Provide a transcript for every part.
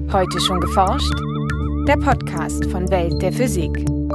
Heute schon geforscht? Der Podcast von Welt der Physik.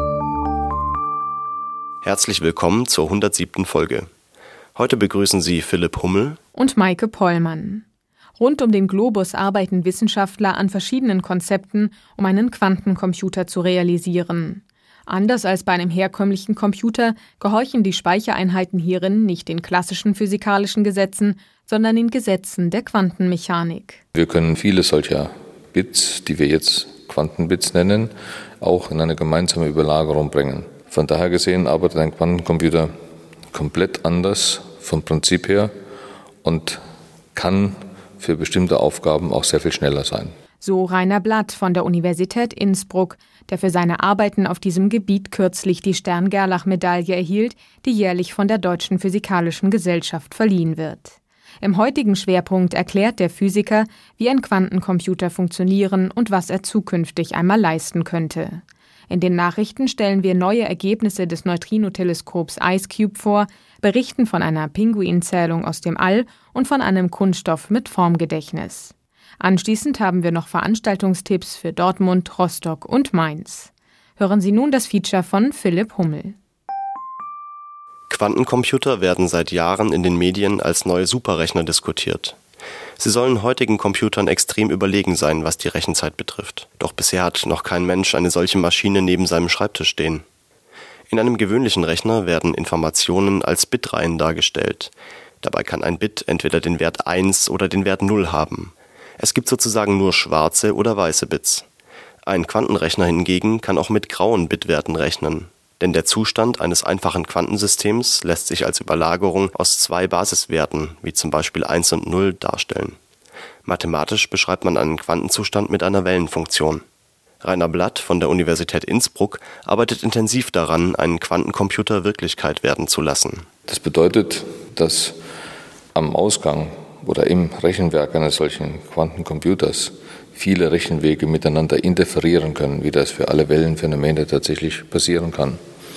Herzlich willkommen zur 107. Folge. Heute begrüßen Sie Philipp Hummel und Maike Pollmann. Rund um den Globus arbeiten Wissenschaftler an verschiedenen Konzepten, um einen Quantencomputer zu realisieren. Anders als bei einem herkömmlichen Computer gehorchen die Speichereinheiten hierin nicht den klassischen physikalischen Gesetzen, sondern den Gesetzen der Quantenmechanik. Wir können viele solcher Bits, die wir jetzt Quantenbits nennen, auch in eine gemeinsame Überlagerung bringen. Von daher gesehen arbeitet ein Quantencomputer komplett anders vom Prinzip her und kann für bestimmte Aufgaben auch sehr viel schneller sein. So Rainer Blatt von der Universität Innsbruck, der für seine Arbeiten auf diesem Gebiet kürzlich die Stern-Gerlach-Medaille erhielt, die jährlich von der Deutschen Physikalischen Gesellschaft verliehen wird. Im heutigen Schwerpunkt erklärt der Physiker, wie ein Quantencomputer funktionieren und was er zukünftig einmal leisten könnte. In den Nachrichten stellen wir neue Ergebnisse des Neutrino-Teleskops IceCube vor, berichten von einer Pinguinzählung aus dem All und von einem Kunststoff mit Formgedächtnis. Anschließend haben wir noch Veranstaltungstipps für Dortmund, Rostock und Mainz. Hören Sie nun das Feature von Philipp Hummel. Quantencomputer werden seit Jahren in den Medien als neue Superrechner diskutiert. Sie sollen heutigen Computern extrem überlegen sein, was die Rechenzeit betrifft. Doch bisher hat noch kein Mensch eine solche Maschine neben seinem Schreibtisch stehen. In einem gewöhnlichen Rechner werden Informationen als Bitreihen dargestellt. Dabei kann ein Bit entweder den Wert 1 oder den Wert 0 haben. Es gibt sozusagen nur schwarze oder weiße Bits. Ein Quantenrechner hingegen kann auch mit grauen Bitwerten rechnen. Denn der Zustand eines einfachen Quantensystems lässt sich als Überlagerung aus zwei Basiswerten, wie zum Beispiel 1 und 0, darstellen. Mathematisch beschreibt man einen Quantenzustand mit einer Wellenfunktion. Rainer Blatt von der Universität Innsbruck arbeitet intensiv daran, einen Quantencomputer Wirklichkeit werden zu lassen. Das bedeutet, dass am Ausgang oder im Rechenwerk eines solchen Quantencomputers viele Rechenwege miteinander interferieren können, wie das für alle Wellenphänomene tatsächlich passieren kann.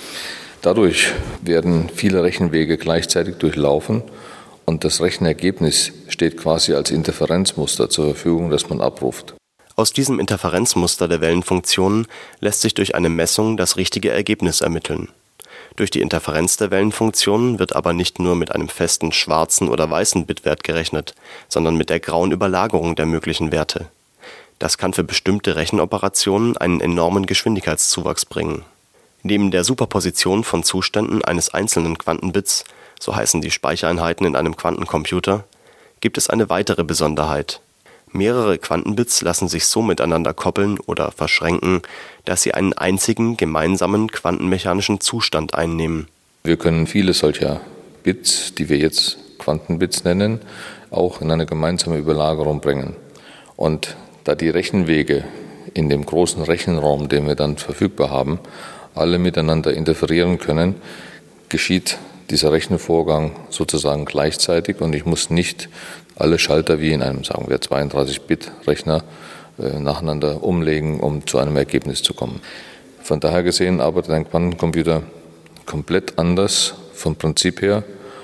Dadurch werden viele Rechenwege gleichzeitig durchlaufen und das Rechenergebnis steht quasi als Interferenzmuster zur Verfügung, das man abruft. Aus diesem Interferenzmuster der Wellenfunktionen lässt sich durch eine Messung das richtige Ergebnis ermitteln. Durch die Interferenz der Wellenfunktionen wird aber nicht nur mit einem festen schwarzen oder weißen Bitwert gerechnet, sondern mit der grauen Überlagerung der möglichen Werte. Das kann für bestimmte Rechenoperationen einen enormen Geschwindigkeitszuwachs bringen. Neben der Superposition von Zuständen eines einzelnen Quantenbits, so heißen die Speichereinheiten in einem Quantencomputer, gibt es eine weitere Besonderheit. Mehrere Quantenbits lassen sich so miteinander koppeln oder verschränken, dass sie einen einzigen gemeinsamen quantenmechanischen Zustand einnehmen. Wir können viele solcher Bits, die wir jetzt Quantenbits nennen, auch in eine gemeinsame Überlagerung bringen. Und da die Rechenwege in dem großen Rechenraum, den wir dann verfügbar haben, alle miteinander interferieren können, geschieht dieser Rechenvorgang sozusagen gleichzeitig und ich muss nicht alle Schalter wie in einem, sagen wir, 32-Bit-Rechner nacheinander umlegen, um zu einem Ergebnis zu kommen. Von daher gesehen arbeitet ein Quantencomputer komplett anders vom Prinzip her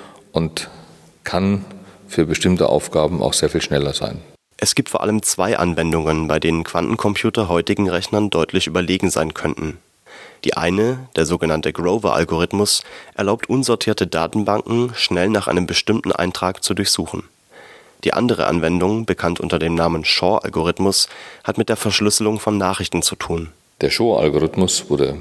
und kann für bestimmte Aufgaben auch sehr viel schneller sein. Es gibt vor allem zwei Anwendungen, bei denen Quantencomputer heutigen Rechnern deutlich überlegen sein könnten. Die eine, der sogenannte Grover-Algorithmus, erlaubt unsortierte Datenbanken schnell nach einem bestimmten Eintrag zu durchsuchen. Die andere Anwendung, bekannt unter dem Namen Shor-Algorithmus, hat mit der Verschlüsselung von Nachrichten zu tun. Der Shor-Algorithmus wurde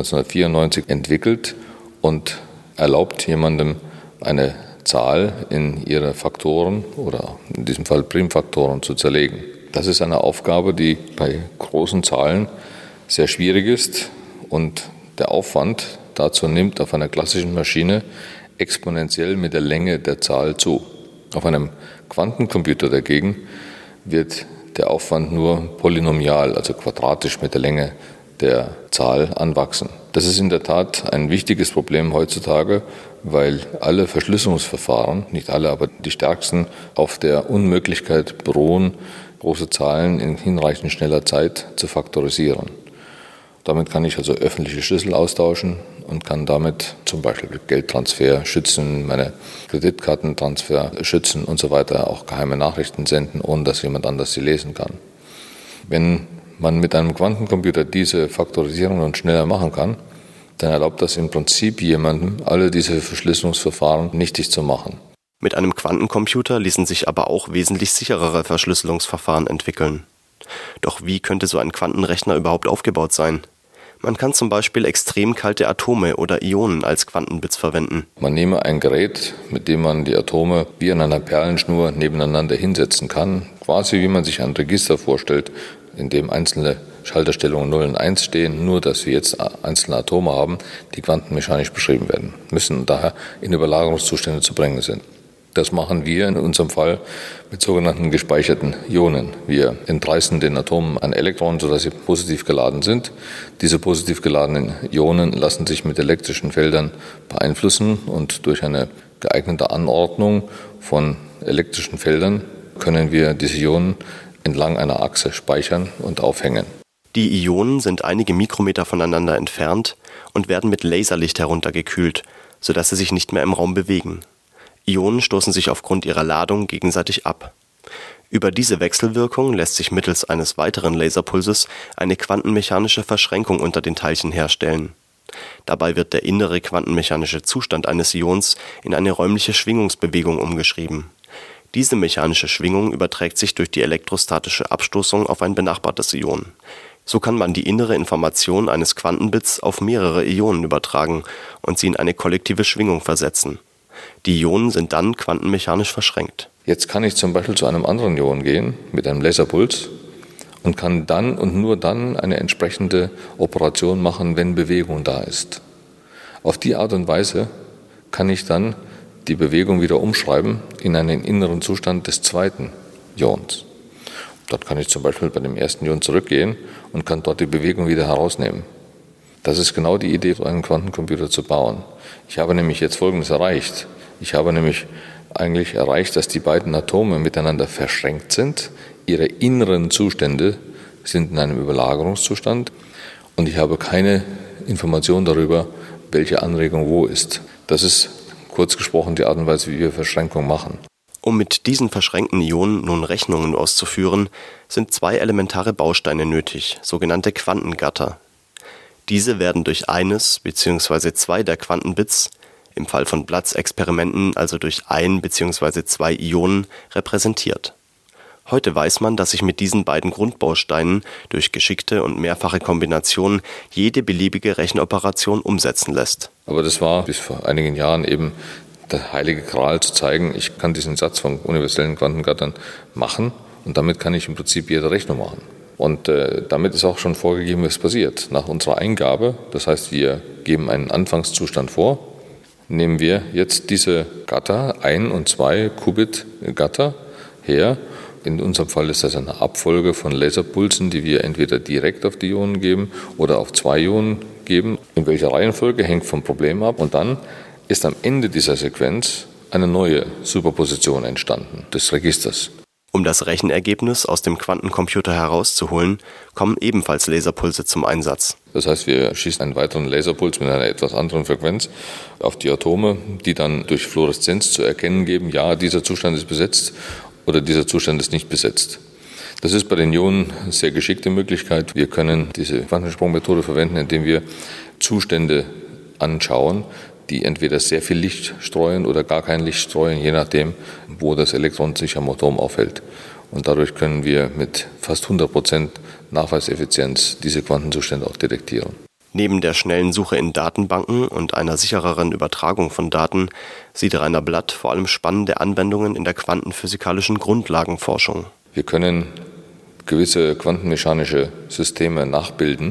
1994 entwickelt und erlaubt jemandem eine Zahl in ihre Faktoren oder in diesem Fall Primfaktoren zu zerlegen. Das ist eine Aufgabe, die bei großen Zahlen sehr schwierig ist und der Aufwand dazu nimmt auf einer klassischen Maschine exponentiell mit der Länge der Zahl zu. Auf einem Quantencomputer dagegen wird der Aufwand nur polynomial, also quadratisch mit der Länge der Zahl anwachsen. Das ist in der Tat ein wichtiges Problem heutzutage, weil alle Verschlüsselungsverfahren, nicht alle, aber die stärksten, auf der Unmöglichkeit beruhen, große Zahlen in hinreichend schneller Zeit zu faktorisieren. Damit kann ich also öffentliche Schlüssel austauschen und kann damit zum Beispiel Geldtransfer schützen, meine Kreditkartentransfer schützen und so weiter, auch geheime Nachrichten senden, ohne dass jemand anders sie lesen kann. Wenn man mit einem Quantencomputer diese Faktorisierung dann schneller machen kann, dann erlaubt das im Prinzip jemandem, alle diese Verschlüsselungsverfahren nichtig zu machen. Mit einem Quantencomputer ließen sich aber auch wesentlich sicherere Verschlüsselungsverfahren entwickeln. Doch wie könnte so ein Quantenrechner überhaupt aufgebaut sein? Man kann zum Beispiel extrem kalte Atome oder Ionen als Quantenbits verwenden. Man nehme ein Gerät, mit dem man die Atome wie an einer Perlenschnur nebeneinander hinsetzen kann, quasi wie man sich ein Register vorstellt, in dem einzelne Schalterstellungen 0 und 1 stehen, nur dass wir jetzt einzelne Atome haben, die quantenmechanisch beschrieben werden müssen und daher in Überlagerungszustände zu bringen sind. Das machen wir in unserem Fall mit sogenannten gespeicherten Ionen. Wir entreißen den Atomen ein Elektron, sodass sie positiv geladen sind. Diese positiv geladenen Ionen lassen sich mit elektrischen Feldern beeinflussen und durch eine geeignete Anordnung von elektrischen Feldern können wir diese Ionen entlang einer Achse speichern und aufhängen. Die Ionen sind einige Mikrometer voneinander entfernt und werden mit Laserlicht heruntergekühlt, sodass sie sich nicht mehr im Raum bewegen. Ionen stoßen sich aufgrund ihrer Ladung gegenseitig ab. Über diese Wechselwirkung lässt sich mittels eines weiteren Laserpulses eine quantenmechanische Verschränkung unter den Teilchen herstellen. Dabei wird der innere quantenmechanische Zustand eines Ions in eine räumliche Schwingungsbewegung umgeschrieben. Diese mechanische Schwingung überträgt sich durch die elektrostatische Abstoßung auf ein benachbartes Ion. So kann man die innere Information eines Quantenbits auf mehrere Ionen übertragen und sie in eine kollektive Schwingung versetzen. Die Ionen sind dann quantenmechanisch verschränkt. Jetzt kann ich zum Beispiel zu einem anderen Ion gehen mit einem Laserpuls und kann dann und nur dann eine entsprechende Operation machen, wenn Bewegung da ist. Auf die Art und Weise kann ich dann die Bewegung wieder umschreiben in einen inneren Zustand des zweiten Ions. Dort kann ich zum Beispiel bei dem ersten Ion zurückgehen und kann dort die Bewegung wieder herausnehmen. Das ist genau die Idee, so einen Quantencomputer zu bauen. Ich habe nämlich jetzt Folgendes erreicht. Ich habe nämlich eigentlich erreicht, dass die beiden Atome miteinander verschränkt sind. Ihre inneren Zustände sind in einem Überlagerungszustand und ich habe keine Information darüber, welche Anregung wo ist. Das ist kurz gesprochen die Art und Weise, wie wir Verschränkung machen. Um mit diesen verschränkten Ionen nun Rechnungen auszuführen, sind zwei elementare Bausteine nötig, sogenannte Quantengatter. Diese werden durch eines bzw. zwei der Quantenbits, im Fall von Platz-Experimenten also durch ein bzw. zwei Ionen, repräsentiert. Heute weiß man, dass sich mit diesen beiden Grundbausteinen durch geschickte und mehrfache Kombinationen jede beliebige Rechenoperation umsetzen lässt. Aber das war bis vor einigen Jahren eben der heilige Gral, zu zeigen, ich kann diesen Satz von universellen Quantengattern machen und damit kann ich im Prinzip jede Rechnung machen. Und damit ist auch schon vorgegeben, was passiert. Nach unserer Eingabe, das heißt, wir geben einen Anfangszustand vor, nehmen wir jetzt diese Gatter, 1 und 2 Qubit Gatter her. In unserem Fall ist das eine Abfolge von Laserpulsen, die wir entweder direkt auf die Ionen geben oder auf zwei Ionen geben. In welcher Reihenfolge hängt vom Problem ab. Und dann ist am Ende dieser Sequenz eine neue Superposition entstanden des Registers. Um das Rechenergebnis aus dem Quantencomputer herauszuholen, kommen ebenfalls Laserpulse zum Einsatz. Das heißt, wir schießen einen weiteren Laserpuls mit einer etwas anderen Frequenz auf die Atome, die dann durch Fluoreszenz zu erkennen geben, ja, dieser Zustand ist besetzt oder dieser Zustand ist nicht besetzt. Das ist bei den Ionen eine sehr geschickte Möglichkeit. Wir können diese Quantensprungmethode verwenden, indem wir Zustände anschauen, die entweder sehr viel Licht streuen oder gar kein Licht streuen, je nachdem, wo das Elektron sich am Atom aufhält. Und dadurch können wir mit fast 100% Nachweiseffizienz diese Quantenzustände auch detektieren. Neben der schnellen Suche in Datenbanken und einer sichereren Übertragung von Daten sieht Rainer Blatt vor allem spannende Anwendungen in der quantenphysikalischen Grundlagenforschung. Wir können gewisse quantenmechanische Systeme nachbilden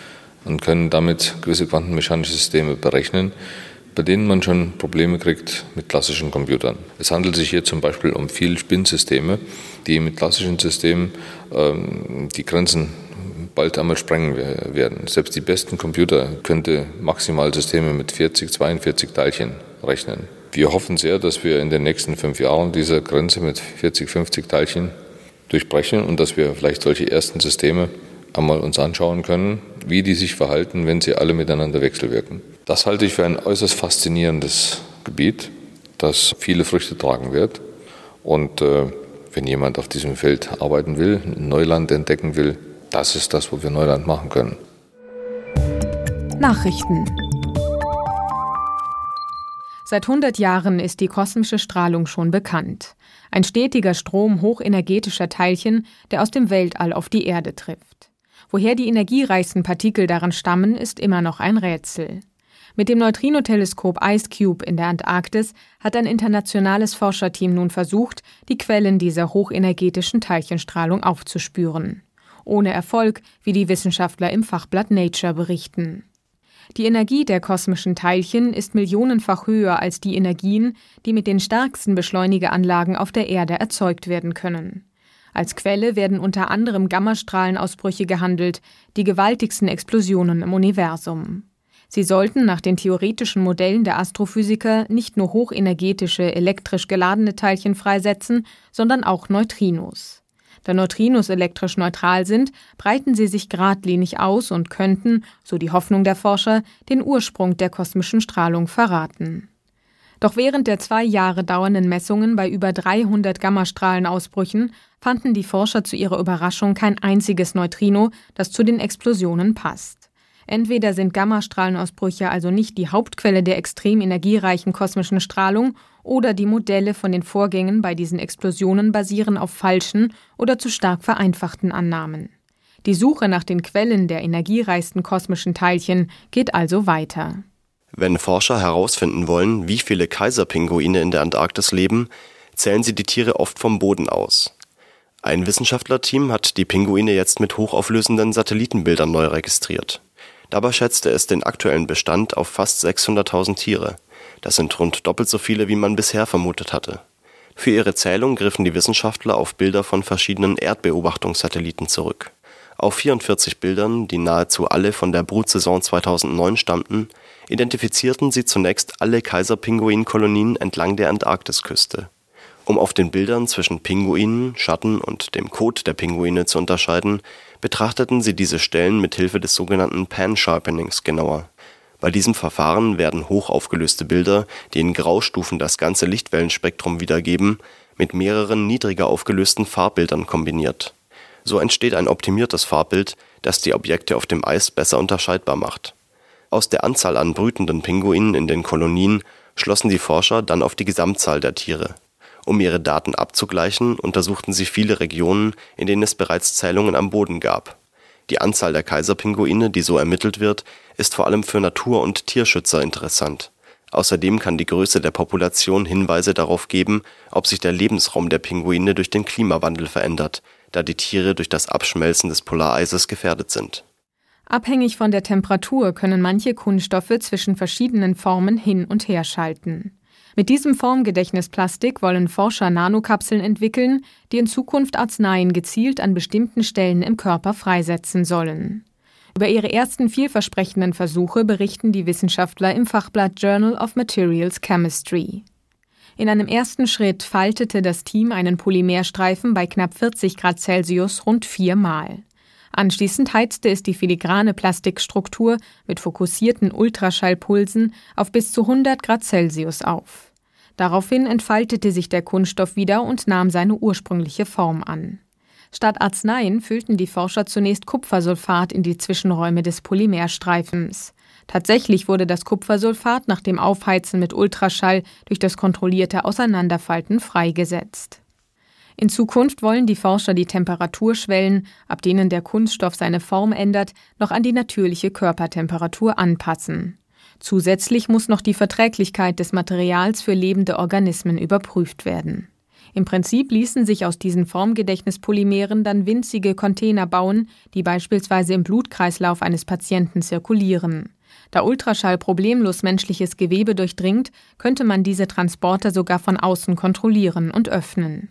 und können damit gewisse quantenmechanische Systeme berechnen, bei denen man schon Probleme kriegt mit klassischen Computern. Es handelt sich hier zum Beispiel um Viel-Spin-Systeme, die mit klassischen Systemen die Grenzen bald einmal sprengen werden. Selbst die besten Computer könnte Maximalsysteme mit 40, 42 Teilchen rechnen. Wir hoffen sehr, dass wir in den nächsten 5 Jahren diese Grenze mit 40, 50 Teilchen durchbrechen und dass wir vielleicht solche ersten Systeme einmal uns anschauen können, wie die sich verhalten, wenn sie alle miteinander wechselwirken. Das halte ich für ein äußerst faszinierendes Gebiet, das viele Früchte tragen wird. Und wir Wenn jemand auf diesem Feld arbeiten will, Neuland entdecken will, das ist das, wo wir Neuland machen können. Nachrichten. Seit 100 Jahren ist die kosmische Strahlung schon bekannt. Ein stetiger Strom hochenergetischer Teilchen, der aus dem Weltall auf die Erde trifft. Woher die energiereichsten Partikel daran stammen, ist immer noch ein Rätsel. Mit dem Neutrino-Teleskop IceCube in der Antarktis hat ein internationales Forscherteam nun versucht, die Quellen dieser hochenergetischen Teilchenstrahlung aufzuspüren. Ohne Erfolg, wie die Wissenschaftler im Fachblatt Nature berichten. Die Energie der kosmischen Teilchen ist millionenfach höher als die Energien, die mit den stärksten Beschleunigeranlagen auf der Erde erzeugt werden können. Als Quelle werden unter anderem Gammastrahlenausbrüche gehandelt, die gewaltigsten Explosionen im Universum. Sie sollten nach den theoretischen Modellen der Astrophysiker nicht nur hochenergetische, elektrisch geladene Teilchen freisetzen, sondern auch Neutrinos. Da Neutrinos elektrisch neutral sind, breiten sie sich geradlinig aus und könnten, so die Hoffnung der Forscher, den Ursprung der kosmischen Strahlung verraten. Doch während der 2 Jahre dauernden Messungen bei über 300 Gammastrahlenausbrüchen fanden die Forscher zu ihrer Überraschung kein einziges Neutrino, das zu den Explosionen passt. Entweder sind Gammastrahlenausbrüche also nicht die Hauptquelle der extrem energiereichen kosmischen Strahlung, oder die Modelle von den Vorgängen bei diesen Explosionen basieren auf falschen oder zu stark vereinfachten Annahmen. Die Suche nach den Quellen der energiereichsten kosmischen Teilchen geht also weiter. Wenn Forscher herausfinden wollen, wie viele Kaiserpinguine in der Antarktis leben, zählen sie die Tiere oft vom Boden aus. Ein Wissenschaftlerteam hat die Pinguine jetzt mit hochauflösenden Satellitenbildern neu registriert. Dabei schätzte es den aktuellen Bestand auf fast 600.000 Tiere. Das sind rund doppelt so viele, wie man bisher vermutet hatte. Für ihre Zählung griffen die Wissenschaftler auf Bilder von verschiedenen Erdbeobachtungssatelliten zurück. Auf 44 Bildern, die nahezu alle von der Brutsaison 2009 stammten, identifizierten sie zunächst alle Kaiserpinguinkolonien entlang der Antarktisküste. Um auf den Bildern zwischen Pinguinen, Schatten und dem Kot der Pinguine zu unterscheiden, betrachteten sie diese Stellen mit Hilfe des sogenannten Pan-Sharpenings genauer. Bei diesem Verfahren werden hochaufgelöste Bilder, die in Graustufen das ganze Lichtwellenspektrum wiedergeben, mit mehreren niedriger aufgelösten Farbbildern kombiniert. So entsteht ein optimiertes Farbbild, das die Objekte auf dem Eis besser unterscheidbar macht. Aus der Anzahl an brütenden Pinguinen in den Kolonien schlossen die Forscher dann auf die Gesamtzahl der Tiere. Um ihre Daten abzugleichen, untersuchten sie viele Regionen, in denen es bereits Zählungen am Boden gab. Die Anzahl der Kaiserpinguine, die so ermittelt wird, ist vor allem für Natur- und Tierschützer interessant. Außerdem kann die Größe der Population Hinweise darauf geben, ob sich der Lebensraum der Pinguine durch den Klimawandel verändert, da die Tiere durch das Abschmelzen des Polareises gefährdet sind. Abhängig von der Temperatur können manche Kunststoffe zwischen verschiedenen Formen hin und her schalten. Mit diesem Formgedächtnisplastik wollen Forscher Nanokapseln entwickeln, die in Zukunft Arzneien gezielt an bestimmten Stellen im Körper freisetzen sollen. Über ihre ersten vielversprechenden Versuche berichten die Wissenschaftler im Fachblatt Journal of Materials Chemistry. In einem ersten Schritt faltete das Team einen Polymerstreifen bei knapp 40 Grad Celsius rund 4-mal. Anschließend heizte es die filigrane Plastikstruktur mit fokussierten Ultraschallpulsen auf bis zu 100 Grad Celsius auf. Daraufhin entfaltete sich der Kunststoff wieder und nahm seine ursprüngliche Form an. Statt Arzneien füllten die Forscher zunächst Kupfersulfat in die Zwischenräume des Polymerstreifens. Tatsächlich wurde das Kupfersulfat nach dem Aufheizen mit Ultraschall durch das kontrollierte Auseinanderfalten freigesetzt. In Zukunft wollen die Forscher die Temperaturschwellen, ab denen der Kunststoff seine Form ändert, noch an die natürliche Körpertemperatur anpassen. Zusätzlich muss noch die Verträglichkeit des Materials für lebende Organismen überprüft werden. Im Prinzip ließen sich aus diesen Formgedächtnispolymeren dann winzige Container bauen, die beispielsweise im Blutkreislauf eines Patienten zirkulieren. Da Ultraschall problemlos menschliches Gewebe durchdringt, könnte man diese Transporter sogar von außen kontrollieren und öffnen.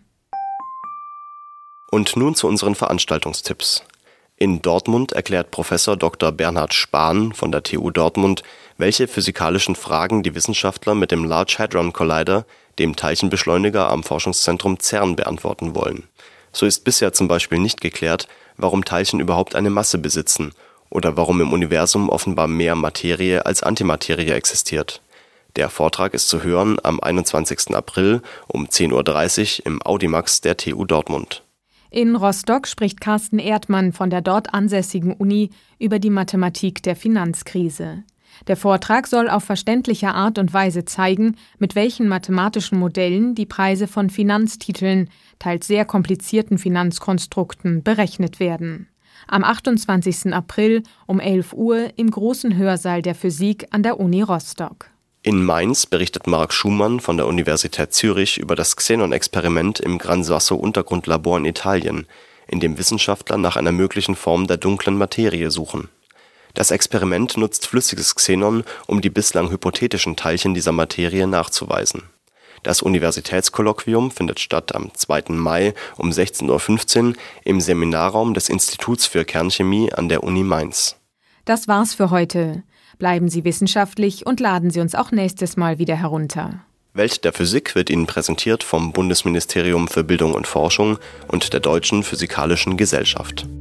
Und nun zu unseren Veranstaltungstipps. In Dortmund erklärt Professor Dr. Bernhard Spahn von der TU Dortmund, welche physikalischen Fragen die Wissenschaftler mit dem Large Hadron Collider, dem Teilchenbeschleuniger am Forschungszentrum CERN, beantworten wollen. So ist bisher zum Beispiel nicht geklärt, warum Teilchen überhaupt eine Masse besitzen oder warum im Universum offenbar mehr Materie als Antimaterie existiert. Der Vortrag ist zu hören am 21. April um 10.30 Uhr im Audimax der TU Dortmund. In Rostock spricht Carsten Erdmann von der dort ansässigen Uni über die Mathematik der Finanzkrise. Der Vortrag soll auf verständliche Art und Weise zeigen, mit welchen mathematischen Modellen die Preise von Finanztiteln, teils sehr komplizierten Finanzkonstrukten, berechnet werden. Am 28. April um 11 Uhr im großen Hörsaal der Physik an der Uni Rostock. In Mainz berichtet Marc Schumann von der Universität Zürich über das Xenon-Experiment im Gran Sasso-Untergrundlabor in Italien, in dem Wissenschaftler nach einer möglichen Form der dunklen Materie suchen. Das Experiment nutzt flüssiges Xenon, um die bislang hypothetischen Teilchen dieser Materie nachzuweisen. Das Universitätskolloquium findet statt am 2. Mai um 16.15 Uhr im Seminarraum des Instituts für Kernchemie an der Uni Mainz. Das war's für heute. Bleiben Sie wissenschaftlich und laden Sie uns auch nächstes Mal wieder herunter. Welt der Physik wird Ihnen präsentiert vom Bundesministerium für Bildung und Forschung und der Deutschen Physikalischen Gesellschaft.